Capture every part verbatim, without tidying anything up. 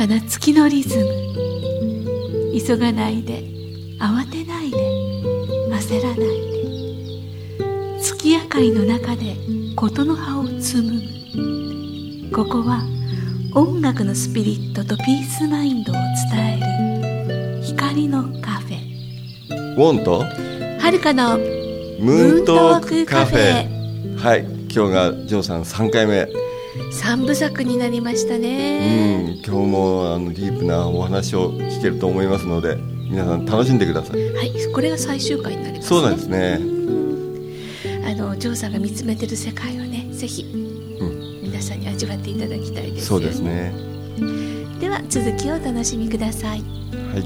かな月のリズム。急がないで、慌てないで、焦らないで、月明かりの中で事の葉を紡ぐ。ここは音楽のスピリットとピースマインドを伝える光のカフェ。 ウォンとはるかのムーントークカフェ。はい、今日がジョーさんさんかいめ。 三部作になりましたね。 うん、今日もあのディープなお話を聞けると思いますので、皆さん楽しんでください。 はい、これが最終回になりますね。 そうなんですね。 あのジョーさんが見つめてる世界をね、ぜひ、うん、皆さんに味わっていただきたいですよ。 そうですね。 では続きをお楽しみください。 はい。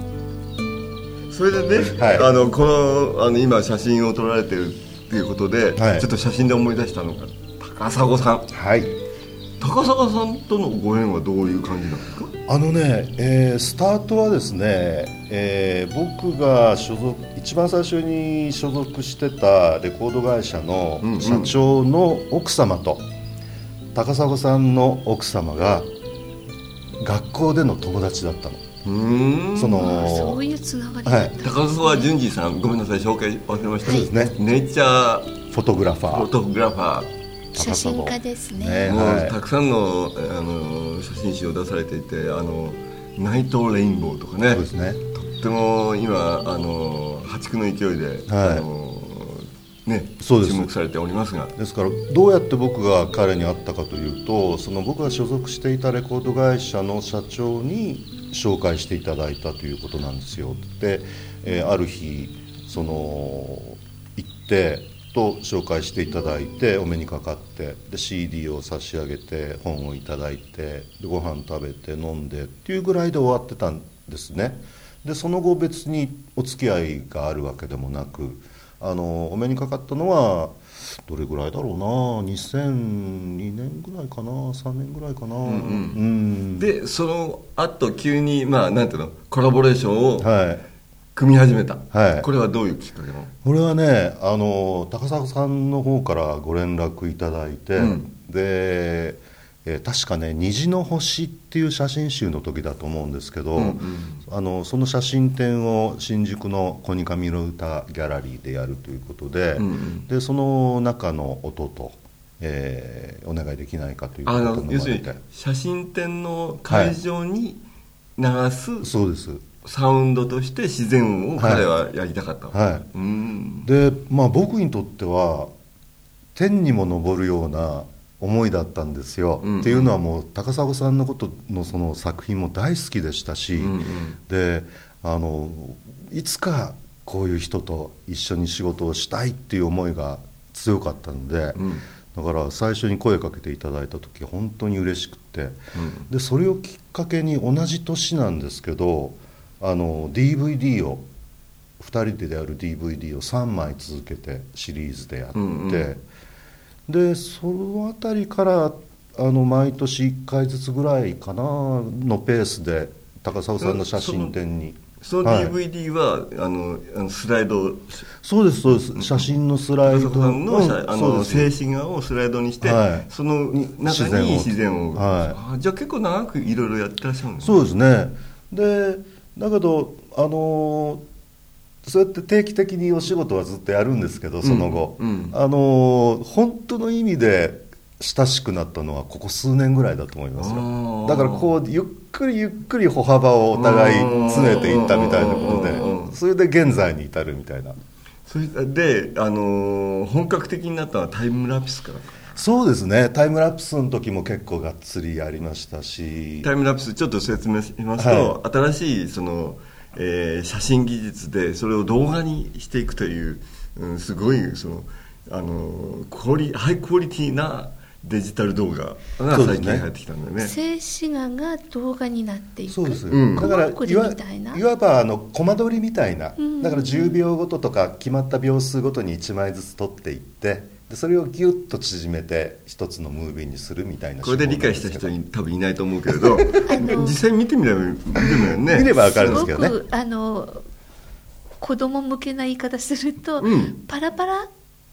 それでね、はい、あのこのあの今写真を撮られてるということで、はい、ちょっと写真で思い出したのが高砂さん。はい。高砂さんとのご縁はどういう感じなんですか？ あのね、えー、スタートはですね、えー、僕が所属一番最初に所属してたレコード会社の社長の奥様と、うんうん、高砂さんの奥様が学校での友達だったの。 うーん、 そのそういうつながりだった、はい、 高砂淳二さん、ごめんなさい、紹介忘れました。 そうですね、 ネイチャーフォトグラファーフォトグラファー写真家ですね。 ね、もう、はい、たくさん の, あの写真集を出されていて、あのナイトレインボーとかね、 そうですね、 とっても今あの破竹の勢いで、はい、あのね、そうです、注目されておりますが、 ですからどうやって僕が彼に会ったかというと、その僕が所属していたレコード会社の社長に紹介していただいたということなんですよ。で、えー、ある日その行ってと紹介していただいて、お目にかかって、で シーディー を差し上げて、本をいただいて、でご飯食べて飲んでっていうぐらいで終わってたんですね。でその後別にお付き合いがあるわけでもなく、あのお目にかかったのはどれぐらいだろうな、にせんにねんぐらいかな、さんねんぐらいかな、うんうんうん、 でその後急に、まあ、なんていうの、コラボレーションを、はい、組み始めた、はい、これはどういうきっかけなの？ これはね、あの高砂さんの方からご連絡いただいて、うん、で、えー、確かね虹の星っていう写真集の時だと思うんですけど、うんうん、あのその写真展を新宿のコニカミロ歌ギャラリーでやるということで、うんうん、でその中の音と、えー、お願いできないかということを思われて、 要するに写真展の会場に流す、はい、 そうです、 サウンドとして自然を彼はやりたかった、 はいはい、うん、で、まあ、僕にとっては天にも昇るような思いだったんですよ、うんうん、っていうのはもう高砂さんのことのその作品も大好きでしたし、うんうん、であのいつかこういう人と一緒に仕事をしたいっていう思いが強かったので、うん、だから最初に声かけていただいた時本当に嬉しくって、うん、でそれをきっかけに同じ年なんですけど、あの ディーブイディー をふたりでやる ディーブイディー をさんまい続けてシリーズでやって、うんうん、でそのあたりからあの毎年いっかいずつぐらいかなのペースで高砂さんの写真展に、 その ディーブイディー は、はい、あのあのスライド、 そうですそうです、写真のスライド、 高砂さん の, あの静止画をスライドにして、はい、その中に自然を、はい、あじゃあ結構長くいろいろやってらっしゃるんですね。 そうですね。でだけどあのそうやって定期的にお仕事はずっとやるんですけど、その後、うんうん、あの本当の意味で親しくなったのはここ数年ぐらいだと思いますよ。だからこうゆっくりゆっくり歩幅をお互い詰めていったみたいなことで、それで現在に至るみたいな。 それで、あの本格的になったのはタイムラプスからか。 そうですね、タイムラプスの時も結構がっつりやりましたし、 タイムラプスちょっと説明しますと、はい、新しいその、えー、写真技術でそれを動画にしていくという、うん、すごいそのあのクオリハイクオリティなデジタル動画が最近入ってきたんだよね。 静止画が動画になっていく。 そうです、うん、だからいわ、いわばあのコマ撮りみたいな、うん、だからじゅうびょうごととか決まった秒数ごとにいちまいずつ撮っていって、でそれをギュッと縮めて一つのムービーにするみたいな。 これで理解した人に多分いないと思うけれど実際見てみれば、見てみればね、 見れば分かるんですけどね。 すごくあの子供向けな言い方すると、うん、パラパラ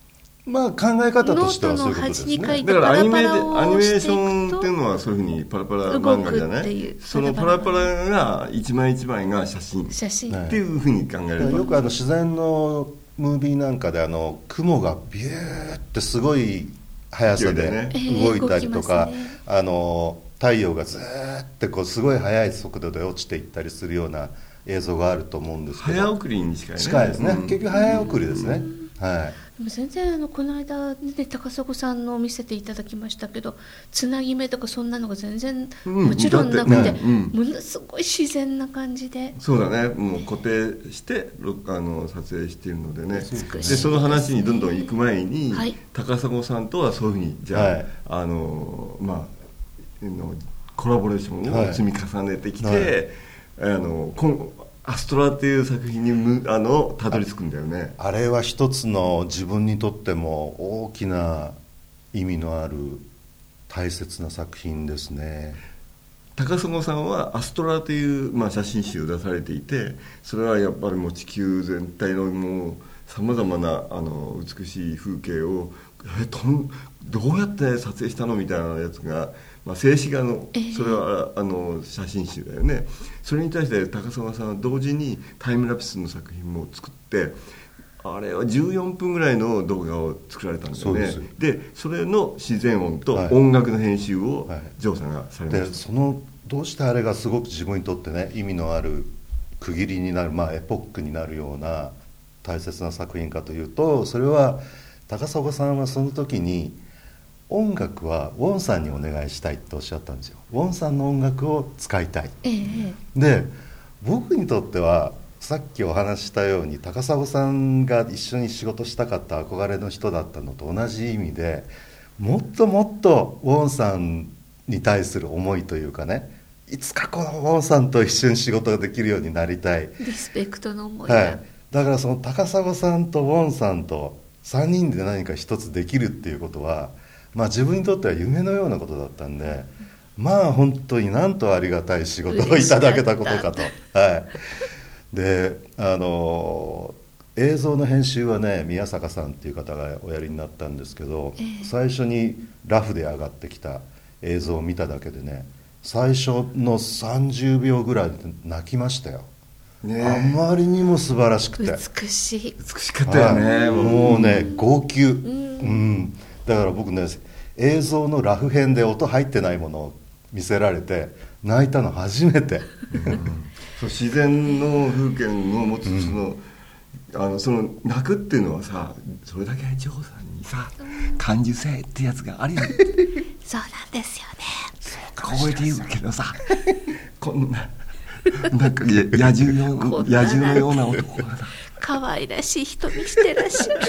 まあ考え方としてはそういうことですね。 ノートの端に書いてだからアニメでパラパラアニメーシをしていくとョンっていうのはそういうふうにパラパラ漫画じゃな動くっていいうそのパラパラが一枚一枚が写真写真、 っていうふうに考えると、 よくあの自然のムービーなんかであの雲がビューってすごい速さでね動いたりとか、 えー動きますねあの太陽がずーっとこうすごい速い速度で落ちていったりするような映像があると思うんですけど、 早送りに近いね。 近いですね、 うん結局早送りですね、はい。 でも全然あのこの間、ね、高砂さんの見せていただきましたけど、つなぎ目とかそんなのが全然うんもちろんなくて、 だってうんものすごい自然な感じで、 そうだね、もう固定してろあの撮影しているのでね。 美しいでその話にどんどん行く前に、 はい高砂さんとはそういうふうにじゃあ、 はいあのまあのコラボレーションを積み重ねてきて、 はいあの今アストラっていう作品にむあのたどり着くんだよね。 あれは一つの自分にとっても大きな意味のある大切な作品ですね。 高砂さんはアストラという、まあ、写真集を出されていて、それはやっぱりもう地球全体のもうさまざまなあの美しい風景をえとんどうやって撮影したのみたいなやつが、まあ、静止画のそれはあの写真集だよね。それに対して高砂さんは同時にタイムラプスの作品も作って、あれはじゅうよんぷんぐらいの動画を作られたんだよね。 そうです。 でそれの自然音とはい音楽の編集をはいジョーさんがされまでした。 そのどうしてあれがすごく自分にとってね意味のある区切りになる、まあ、エポックになるような大切な作品かというと、それは高砂さんはその時に音楽はウォンさんにお願いしたいとおっしゃったんですよ。ウォンさんの音楽を使いたい。 ええで僕にとってはさっきお話ししたように高砂さんが一緒に仕事したかった憧れの人だったのと同じ意味で、もっともっとウォンさんに対する思いというかね、いつかこのウォンさんと一緒に仕事ができるようになりたい、 リスペクトの思いが、 はい、だからその高砂さんとウォンさんとさんにんで何か一つできるっていうことは、まあ、自分にとっては夢のようなことだったんで、まあ本当になんとありがたい仕事をいただけたことかと。はい、であの映像の編集はね宮坂さんっていう方がおやりになったんですけど、 ええ最初にラフで上がってきた映像を見ただけでね、最初のさんじゅうびょうぐらいで泣きましたよ、 ねあまりにも素晴らしくて美しい。 美しかったよね、 はいもうもうね号泣、 んうんだから僕ね映像のラフ編で音入ってないものを見せられて泣いたの初めてそう自然の風景を持つその、うん、あのその泣くっていうのはさ、それだけジョーさんにさ感受性ってやつがあるよそうなんですよね。 超えて言うけどさこんななんかや野獣のこんな野獣のような男がさ可愛らしい瞳してらっしゃる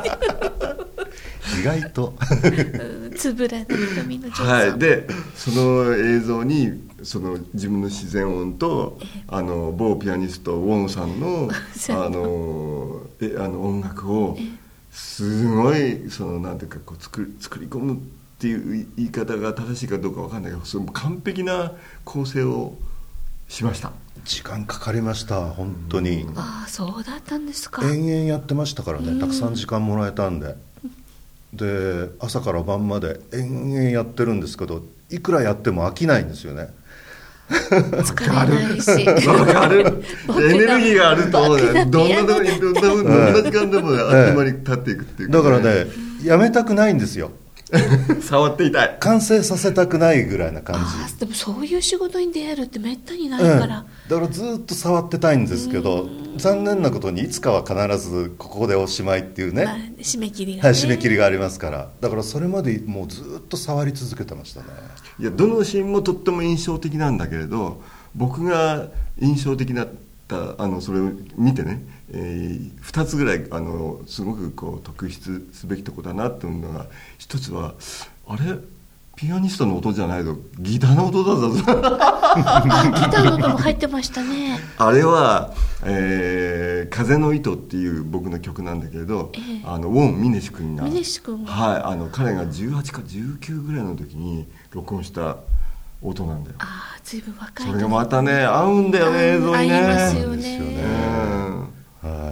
意外とうんつぶらな瞳の女性、 はい、でその映像にその自分の自然音とあの某ピアニストウォンさんのあのえあの音楽をすごいそのなんていうかこう作り、作り込むっていう言い方が正しいかどうかわかんないけど、その完璧な構成をしました。 時間かかりました本当に、 ああそうだったんですか。 延々やってましたからね、たくさん時間もらえたんで、で朝から晩まで延々やってるんですけど、いくらやっても飽きないんですよね。 疲れないしわかる僕エネルギーがあると僕だってどんな嫌だどんなどんなどんな時間でもあっという間に経っていくっていうだからねやめたくないんですよ触っていたい。 完成させたくないぐらいな感あじ、 ーでもそういう仕事に出会えるってめったにないうん、 から、 だからずっと触ってたいんですけど、残念なことにいつかは必ずここでおしまいっていうね、 まあ締め切りがね、 はい、締め切りがありますから、だからそれまでもうずっと触り続けてましたね。 いやどのシーンもとっても印象的なんだけれど、僕が印象的だったあのそれを見てね、えー、ふたつぐらいあのすごくこう特筆すべきとこだなっていうのが、一つはあれピアニストの音じゃないぞ、ギターの音だぞギターの音も入ってましたね。 あれは、えー「風の糸」っていう僕の曲なんだけれど、 ええあのウォン・ミネシ君がミネシ君がはい、あの彼がじゅうはちかじゅうきゅうぐらいの時に録音した音なんだよ。 ああ随分若いそれがまたね合うんだよね、映像にね。 合いますよですよね。 ねうんはい、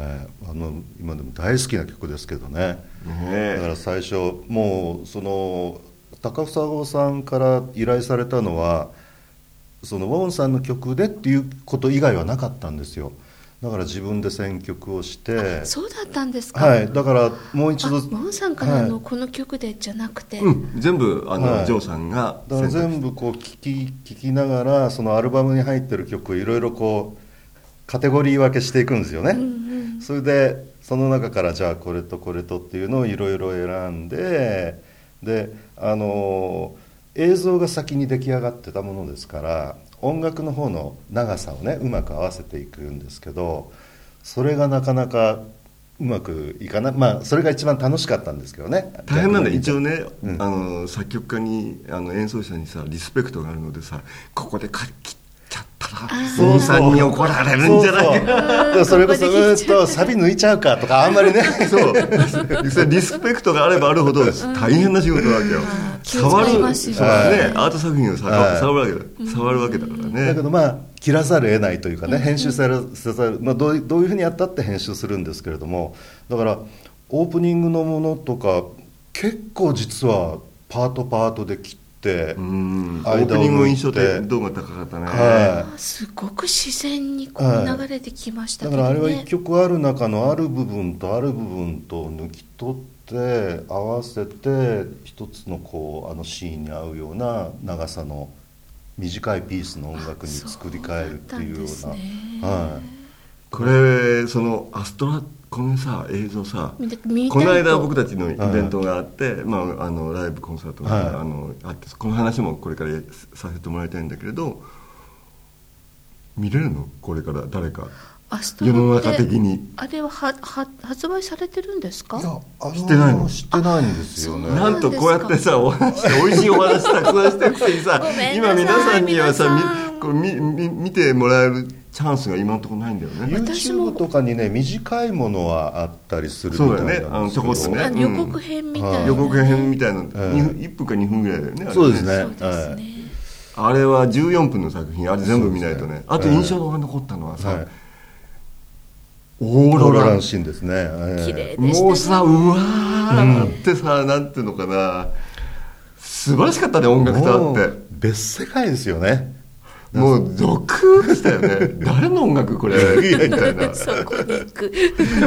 あの今でも大好きな曲ですけどね。 ねだから最初もうその高砂さんから依頼されたのはそのウォンさんの曲でっていうこと以外はなかったんですよ。だから自分で選曲をして。 そうだったんですか。 はい、だからもう一度ウォンさんからのこの曲でじゃなくて、 うん、全部あの、はい、ジョーさんがだから全部こう聴き、聴きながらそのアルバムに入ってる曲をいろいろこうカテゴリー分けしていくんですよね、うんうん、それでその中からじゃあこれとこれとっていうのをいろいろ選んで、であの映像が先に出来上がってたものですから音楽の方の長さをねうまく合わせていくんですけど、それがなかなかうまくいかない。まあそれが一番楽しかったんですけどね。 大変なんだ。一応ね、うん、あの作曲家にあの演奏者にさリスペクトがあるのでさ、ここで切っちゃったらウォンさんに怒られるんじゃないか。 それこそうんとサビ抜いちゃうかとかあんまりね。 そうリスペクトがあればあるほど大変な仕事なわけよ。触る、そうね、アート作品を触るわけだ、触るわけだからね。 だけどまあ切らざるを得ないというかね、編集されざる、まあ、どう、どういうふうにやったって編集するんですけれども、だからオープニングのものとか結構実はパートパートで切って、うん、 オープニングの印象って度が高かったね、 はい、すごく自然にこう流れてきましたけどね、 はい、だからあれはいっきょくある中のある部分とある部分と抜き取って合わせて一つのこうあのシーンに合うような長さの短いピースの音楽に作り変えるっていうような、ね、はい、 これそのアストラこのさ映像さ、この間僕たちのイベントがあって、はい、まあ、あのライブコンサートが、はい、あのあってこの話もこれからさせてもらいたいんだけれど、見れるのこれから誰か世の中的にあれははは発売されてるんですか？いや、 あのー、 してないの？ してないんですよね。 なんとこうやってさお話して美味しいお話たくさんしてるくせにさ今皆さんにはさみこうみみ見てもらえるチャンスが今のところないんだよね。 YouTube とかにね短いものはあったりするみたいなんですけど、そうだよね、あのちょこっとね、 うん、予告編みたいな、 はい、予告編みたいな、はい、いっぷんかにふんぐらいだよね。 そうですね、 そうですね、 はい、あれはじゅうよんぷんの作品、あれ全部見ないと ね, ねあと印象が残ったのはさ、はい、オーロランシーンですね、えー、綺麗でしたね。 もうさうわーってさ、うん、なんていうのかな、素晴らしかったね、音楽とあって別世界ですよね。 もうゾクッしたよね誰の音楽これみたいなそこに行く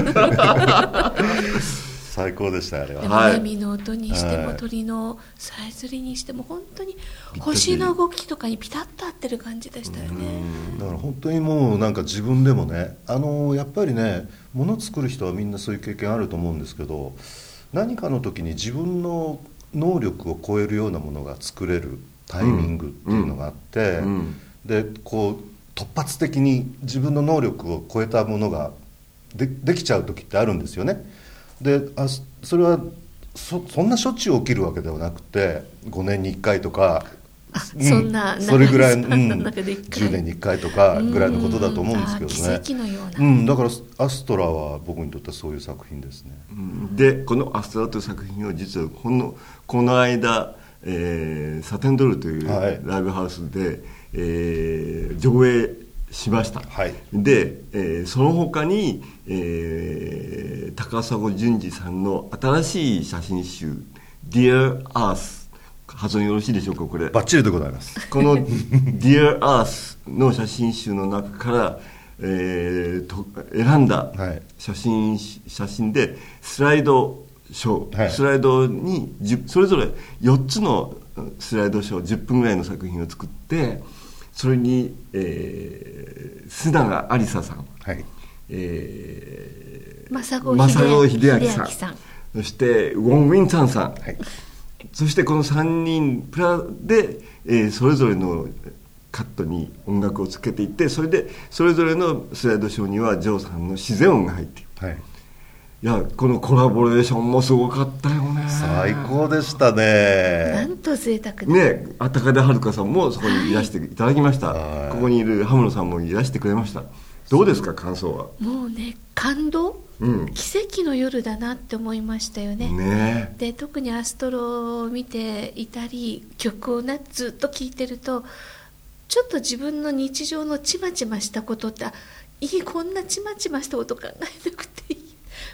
最高でしたあれは。 でも、はい、波の音にしても、はい、鳥のさえずりにしても本当に星の動きとかにピタッと合ってる感じでしたよね。 だから本当にもうなんか自分でもね、あのやっぱりね、物作る人はみんなそういう経験あると思うんですけど、何かの時に自分の能力を超えるようなものが作れるタイミングっていうのがあって、うんうん、でこう突発的に自分の能力を超えたものが で, できちゃう時ってあるんですよね。であそれは そ, そんなしょっちゅう起きるわけではなくてごねんにいっかいとか、 うん、そんなそれぐらい、うん、じゅうねんにいっかいとかぐらいのことだと思うんですけどね。 奇跡のような、 うん、だからアストラは僕にとってはそういう作品ですね、 うん、でこのアストラという作品を実はこの、この間、えー、サテンドルというライブハウスで、はい、えー、上映しました、はい、で、えー、その他に、えー、高砂淳二さんの新しい写真集 Dear Earth、 発音よろしいでしょうか？これバッチリでございます。 この Dear Earth の写真集の中から、えー、と選んだ写真、はい、写真でスライドショー、はい、スライドにそれぞれよっつのスライドショーじゅっぷんぐらいの作品を作って、それに、えー、須永有沙さん、はい、えー、 正子秀明さん、 さん、そしてウォン・ウィン・ツァンさん、はい、そしてこのさんにんプラで、えー、それぞれのカットに音楽をつけていって、それでそれぞれのスライドショーにはジョーさんの自然音が入っている、はい、いやこのコラボレーションもすごかったよね。 最高でしたね。 なんと贅沢だね。高田遥さんもそこにいらしていただきました、はい、ここにいる羽室さんもいらしてくれました。どうですか感想は？ もうね、感動、うん、奇跡の夜だなって思いましたよ ね, ねで特にアストロを見ていたり曲をなずっと聴いてると、ちょっと自分の日常のちまちましたことって、いいこんなちまちましたこと考えなくていい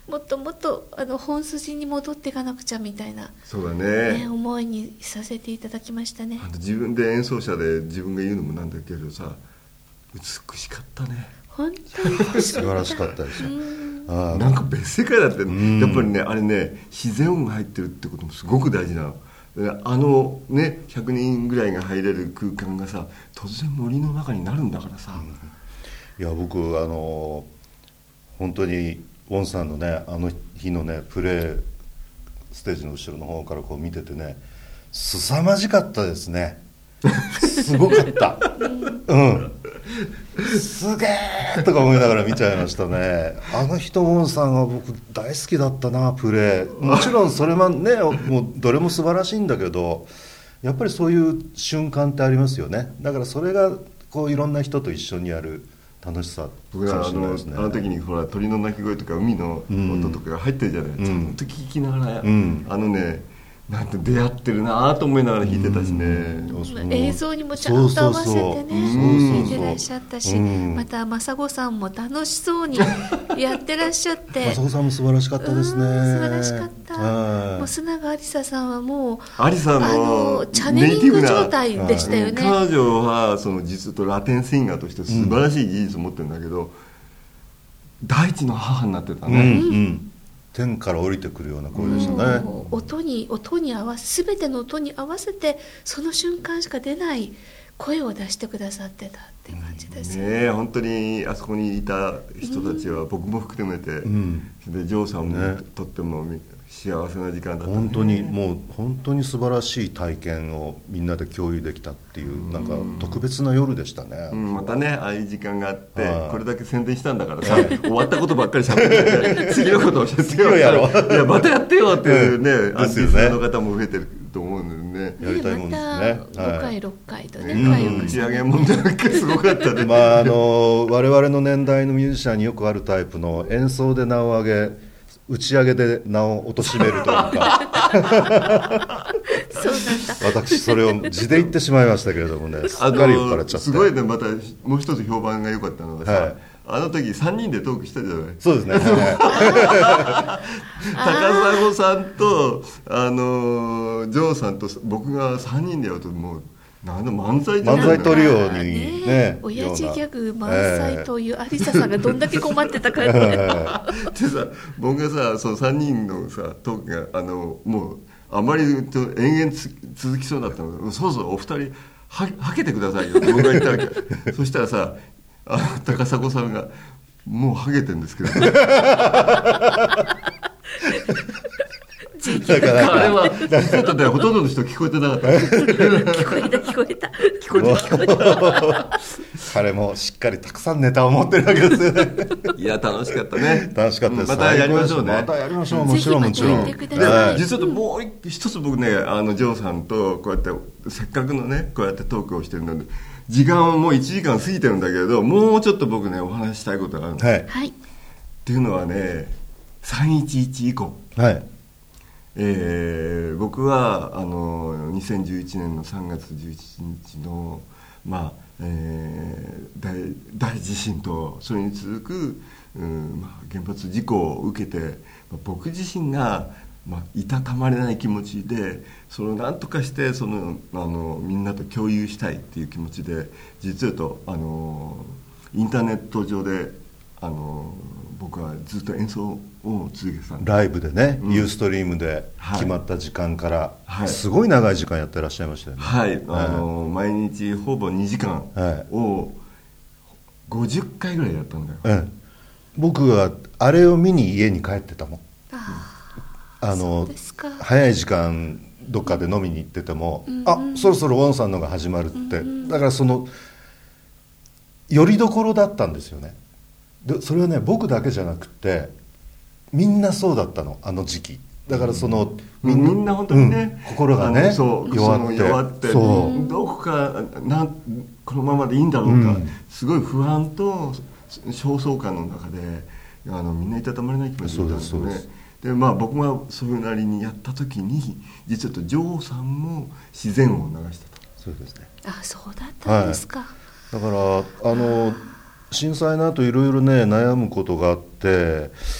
もっともっとあの本筋に戻っていかなくちゃみたいな、 そうだね、 ね、思いにさせていただきましたね。 あと自分で演奏者で自分が言うのもなんだけどさ、美しかったね。 本当に美しかった素晴らしかったですよ。あなんか別世界だって、 んやっぱりねあれね自然音が入ってるってこともすごく大事なの。あのねひゃくにんぐらいが入れる空間がさ突然森の中になるんだからさ、 いや僕あの本当にウォンさんのねあの日のねプレーステージの後ろの方からこう見ててね、凄まじかったですね。すごかったうんすげーとか思いながら見ちゃいましたね。あの人ウォンさんは僕大好きだったな、プレー。もちろんそれはねもうどれも素晴らしいんだけど、やっぱりそういう瞬間ってありますよね。だからそれがこういろんな人と一緒にやる楽しさか僕らもあのしれないですね。 あの時にほら鳥の鳴き声とか海の音とかが入ってるじゃない、 うんちゃんと聞きながら、 うん、 あのねなんて出会ってるなと思いながら弾いてたしね、 うんまあ映像にもちゃんと合わせてね弾いてらっしゃったし、 うんまた雅子さんも楽しそうにやってらっしゃって雅子さんも素晴らしかったですね。 うん素晴らしかったはいもう須永ありささんはもうアリさんあののチャネリング状態でしたよね。 彼女はその実とラテンシンガーとして素晴らしい技術を持ってるんだけど、大地の母になってたうんね、 うん天から降りてくるような声でしたね。 もう音に音に合わせ全ての音に合わせてその瞬間しか出ない声を出してくださってたって感じですよね。 ねえ本当にあそこにいた人たちは僕も含めて、 んでジョーさんも、 ねとっても幸せな時間だったね。 本当にもう本当に素晴らしい体験をみんなで共有できたっていうなんか特別な夜でしたね。 うん、またねああいう時間があってはいこれだけ宣伝したんだからさ終わったことばっかりしゃべって次のことを教えて次をやろういやまたやってよっていうね、 うんアーティストの方も増えてると思うんでね。 やりたいもんですねまたごかい、 はいろっかいとね、 ね回を重ねて打ち上げもなんかすごかったね。 まああの我々の年代のミュージシャンによくあるタイプの演奏で名を上げ打ち上げで名を貶めるというかそうなんだ。 私それを字で言ってしまいましたけれどもね、すっかり酔っ払っちゃって。 すごいねまたもう一つ評判が良かったのがさ、 はいあの時さんにんでトークしたじゃない。 そうですね、は高砂さんとあのジョーさんと僕がさんにんでやるともうなんだ漫才い、 じゃない漫才トリオにねね親父ギャグような満載という有沙さんがどんだけ困ってたかってでさ僕がさそのさんにんのさトークがあのもうあまりと延々つ続きそうだったのでそうそうお二人ははけてくださいよって僕が言ったわけそしたらさあの高砂さんがもうはげてるんですけどだからあれは実はねほとんどの人聞こえてなかった聞こえた聞こえた聞こえた聞こえた彼もしっかりたくさんネタを持ってるわけですよね。 いや楽しかったね楽しかったです。 またやりましょうねまたやりましょう。もちろんもちろん。 ぜひまたやってくださいはい実はもう一つ僕ねあのジョーさんとこうやってせっかくのねこうやってトークをしてるので時間はもういちじかん過ぎてるんだけれどもうちょっと僕ねお話ししたいことがあるの、 はいはいっていうのはねさんいちいち以降、 はいえー僕はあのにせんじゅういちねんのさんがつじゅういちにちの、まあえー、大, 大地震とそれに続く、うんまあ、原発事故を受けて、まあ、僕自身が、まあ、いたたまれない気持ちでそれを何とかしてそのあのみんなと共有したいっていう気持ちで実は言うとあのインターネット上であの僕はずっと演奏を続けてたんです。 ライブでね、 うんユーストリームではい決まった時間から、 はいすごい長い時間やってらっしゃいましたよね。 はい、あの毎日ほぼにじかんをごじゅっかいぐらいやったんだよ、 うん、僕はあれを見に家に帰ってたもん。 ああのそうですか早い時間どっかで飲みに行ってても、 うんあそろそろウォンさんのが始まるって、 うんだからそのよりどころだったんですよね。でそれはね僕だけじゃなくてみんなそうだったのあの時期だからその、 みんな本当にね、 うん心があねのそう弱ってその弱ってそうどこかなんこのままでいいんだろうか、 うんすごい不安と焦燥感の中であのみんないたたまれない気持ちだったんですよね。 そうですそうでまあ僕がそれなりにやった時に実はとジョーさんも自然音を流したと。 そうですね。 あそうだったんですか、 だからあの震災の後いろいろね悩むことがあって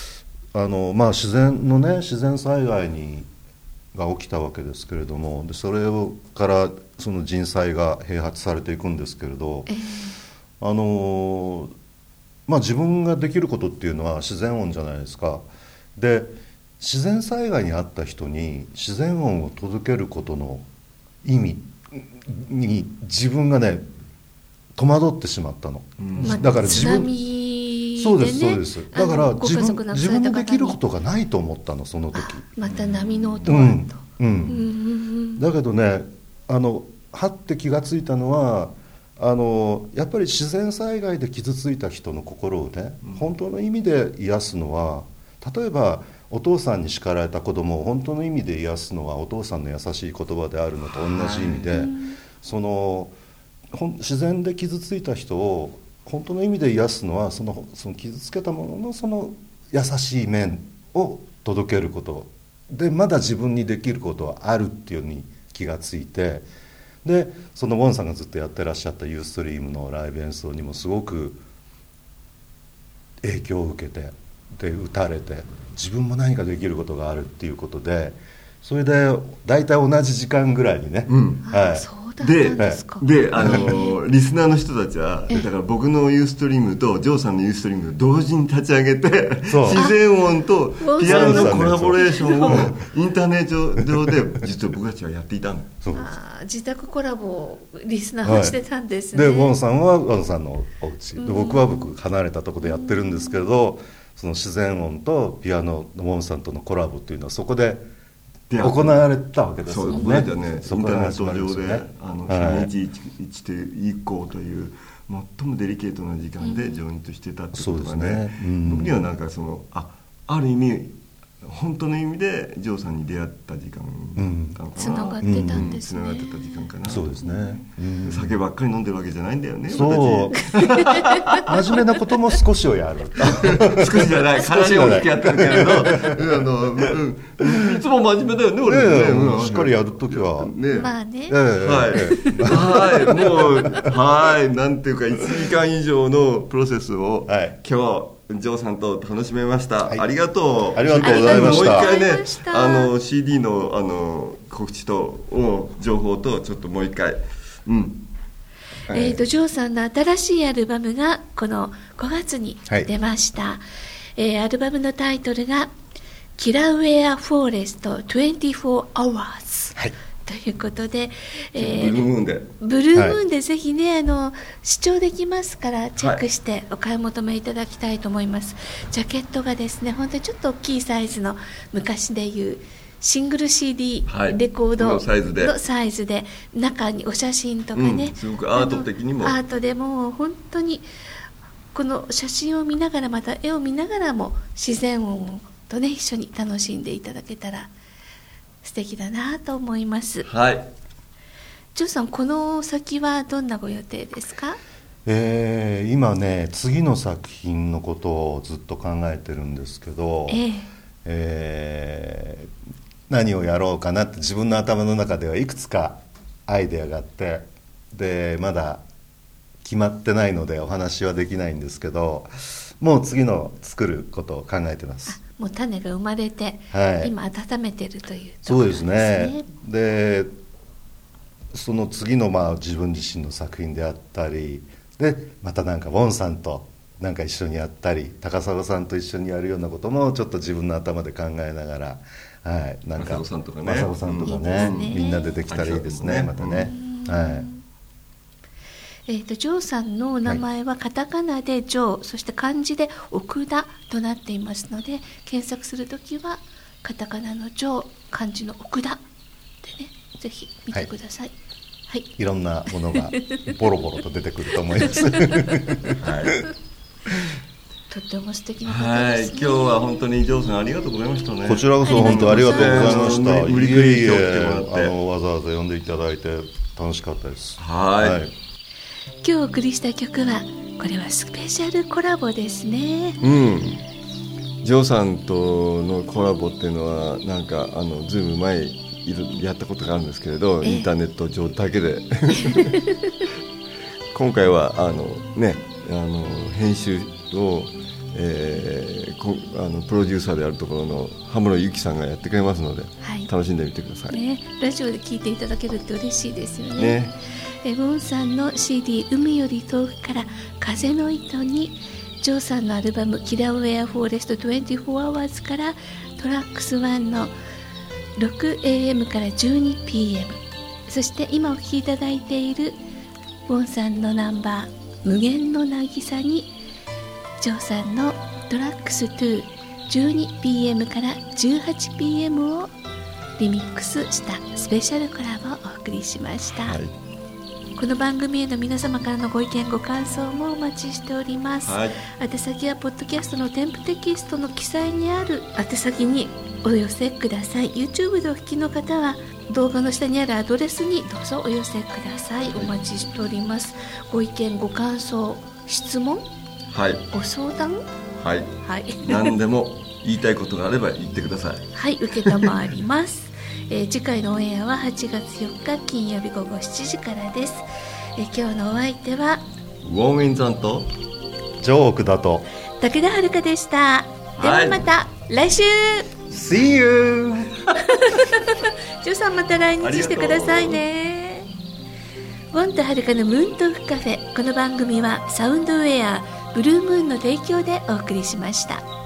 あの、まあ、自然のね自然災害にが起きたわけですけれども、でそれをからその人災が併発されていくんですけれど、えー、あのまあ、自分ができることっていうのは自然音じゃないですか。で自然災害に遭った人に自然音を届けることの意味に自分がね戸惑ってしまったの、うん、だから自分、ね、そうですそうです。だから自分自分でできることがないと思ったのその時。 また波の音があると、 うんうんうん、だけどねあのはって気がついたのはあのやっぱり自然災害で傷ついた人の心をね、うん、本当の意味で癒すのは、例えばお父さんに叱られた子供を本当の意味で癒すのはお父さんの優しい言葉であるのと同じ意味で、はい、その自然で傷ついた人を本当の意味で癒すのはその、その傷つけたもののその優しい面を届けることで、まだ自分にできることはあるっていうのに気がついて、でそのウォンさんがずっとやってらっしゃったユーストリームのライブ演奏にもすごく影響を受けて、で打たれて自分も何かできることがあるっていうことで、それで大体同じ時間ぐらいにね、 うん、はい、そうで, であのリスナーの人たちはだから僕のユーストリームとジョーさんのユーストリームを同時に立ち上げて自然音とピアノのコラボレーションをインターネット上で実は僕たちはやっていたの。 そうあ自宅コラボをリスナーはしてたんですね、 はい、でウォンさんはウォンさんのお家で、僕は僕離れたところでやってるんですけど、その自然音とピアノのウォンさんとのコラボっていうのはそこで行われたわけですよね。 そうですね。インターネット上で、あのひゃくにじゅういち以降という最もデリケートな時間でジョイントしてたってことがね、ね、うん、僕にはなんかその あ, ある意味本当の意味でジョーさんに出会った時間なのかな、 つながってたんですね、 つながってた時間かな。 そうですね、うん、 酒ばっかり飲んでるわけじゃないんだよね。 そう真面目なことも少しをやる少しじゃない、かなり大きくやってるけれどあの、うん、いつも真面目だよね俺ね、 ね、うん、しっかりやるときは、 ね、まあね、 えー、はい、はい、もうはいなんていうかいちじかん以上のプロセスを、はい、今日ジョーさんと楽しめました、はい、ありがとう。 ありがとうございました。 もう一回ね、あの シーディー の, あの告知と情報とちょっともう一回、うん、 えーと、ジョーさんの新しいアルバムがこのごがつに出ました、はい、えー、アルバムのタイトルがキラウェアフォーレストにじゅうよんアワーズ、はい、ということで、 えー、ブルームーンでブルームーンでぜひね、はい、あの視聴できますからチェックしてお買い求めいただきたいと思います、はい、ジャケットがですね本当にちょっと大きいサイズの昔でいうシングル シーディー、はい、レコードのサイズで、のサイズで中にお写真とかね、 うん、すごくアート的にもアートでも本当にこの写真を見ながらまた絵を見ながらも自然音とね一緒に楽しんでいただけたら素敵だなと思います。 はい。 ジョーさん、この先はどんなご予定ですか？ えー、今ね次の作品のことをずっと考えてるんですけど、えーえー、何をやろうかなって自分の頭の中ではいくつかアイデアがあって、でまだ決まってないのでお話はできないんですけど、もう次の作ることを考えてます。 もう種が生まれて、はい、今温めてるというところですね。そうですね。でその次のまあ自分自身の作品であったりで、またなんかウォンさんとなんか一緒にやったり高砂さんと一緒にやるようなこともちょっと自分の頭で考えながら、はい、なんか正子さんとかね、 正子さんとかね、うん、みんなでできたらいいですね、またね、はい。 えーと、ジョーさんの名前はカタカナでジョー、はい、そして漢字で奥田となっていますので、検索するときはカタカナのジョー、漢字の奥田でね、ぜひ見てください、はいはい、 いろんなものがボロボロと出てくると思います、はい、 とっても素敵な方ですね。 はい、今日は本当にジョーさんありがとうございましたね。 こちらこそ本当ありがとうございました。 無理くり今日来てもらって、 あのわざわざ呼んでいただいて楽しかったです。 はい、はい、 今日お送りした曲はこれはスペシャルコラボですね。 うん、ジョーさんとのコラボっていうのはなんかあのずいぶん前やったことがあるんですけれど、インターネット上だけで今回はあのねあの編集を、 えー、こあのプロデューサーであるところの羽室由紀さんがやってくれますので、はい、楽しんでみてください、 ね、ラジオで聞いていただけるって嬉しいですよね。 ねえウォンさんの シーディー 海より遠くから風の糸に、ジョーさんのアルバムキラウェアフォーレストにじゅうよんアワーズからトラックスワンの ろくエーエム から じゅうにピーエム、 そして今お聴きいただいているウォンさんのナンバー無限の渚に、ジョーさんのトラックスに じゅうにピーエム からじゅうはちピーエム をリミックスしたスペシャルコラボをお送りしました、はい、この番組への皆様からのご意見ご感想もお待ちしております、はい、宛先はポッドキャストの添付テキストの記載にある宛先にお寄せください。 YouTube でお聞きの方は動画の下にあるアドレスにどうぞお寄せください。お待ちしております。ご意見ご感想質問、 はい、 ご相談、 はい、 はい、 何でも言いたいことがあれば言ってください。 はい、受けたまわります、えー、次回のオンエアははちがつよっか金曜日午後しちじからです、えー、今日のお相手はウォン・ウィンザンとジョークだと武田遥でした、はい、ではまた来週 See you ジョーさんまた来日してくださいね。ウォンとはるかのムーントークカフェ、この番組はサウンドウェアブルームーンの提供でお送りしました。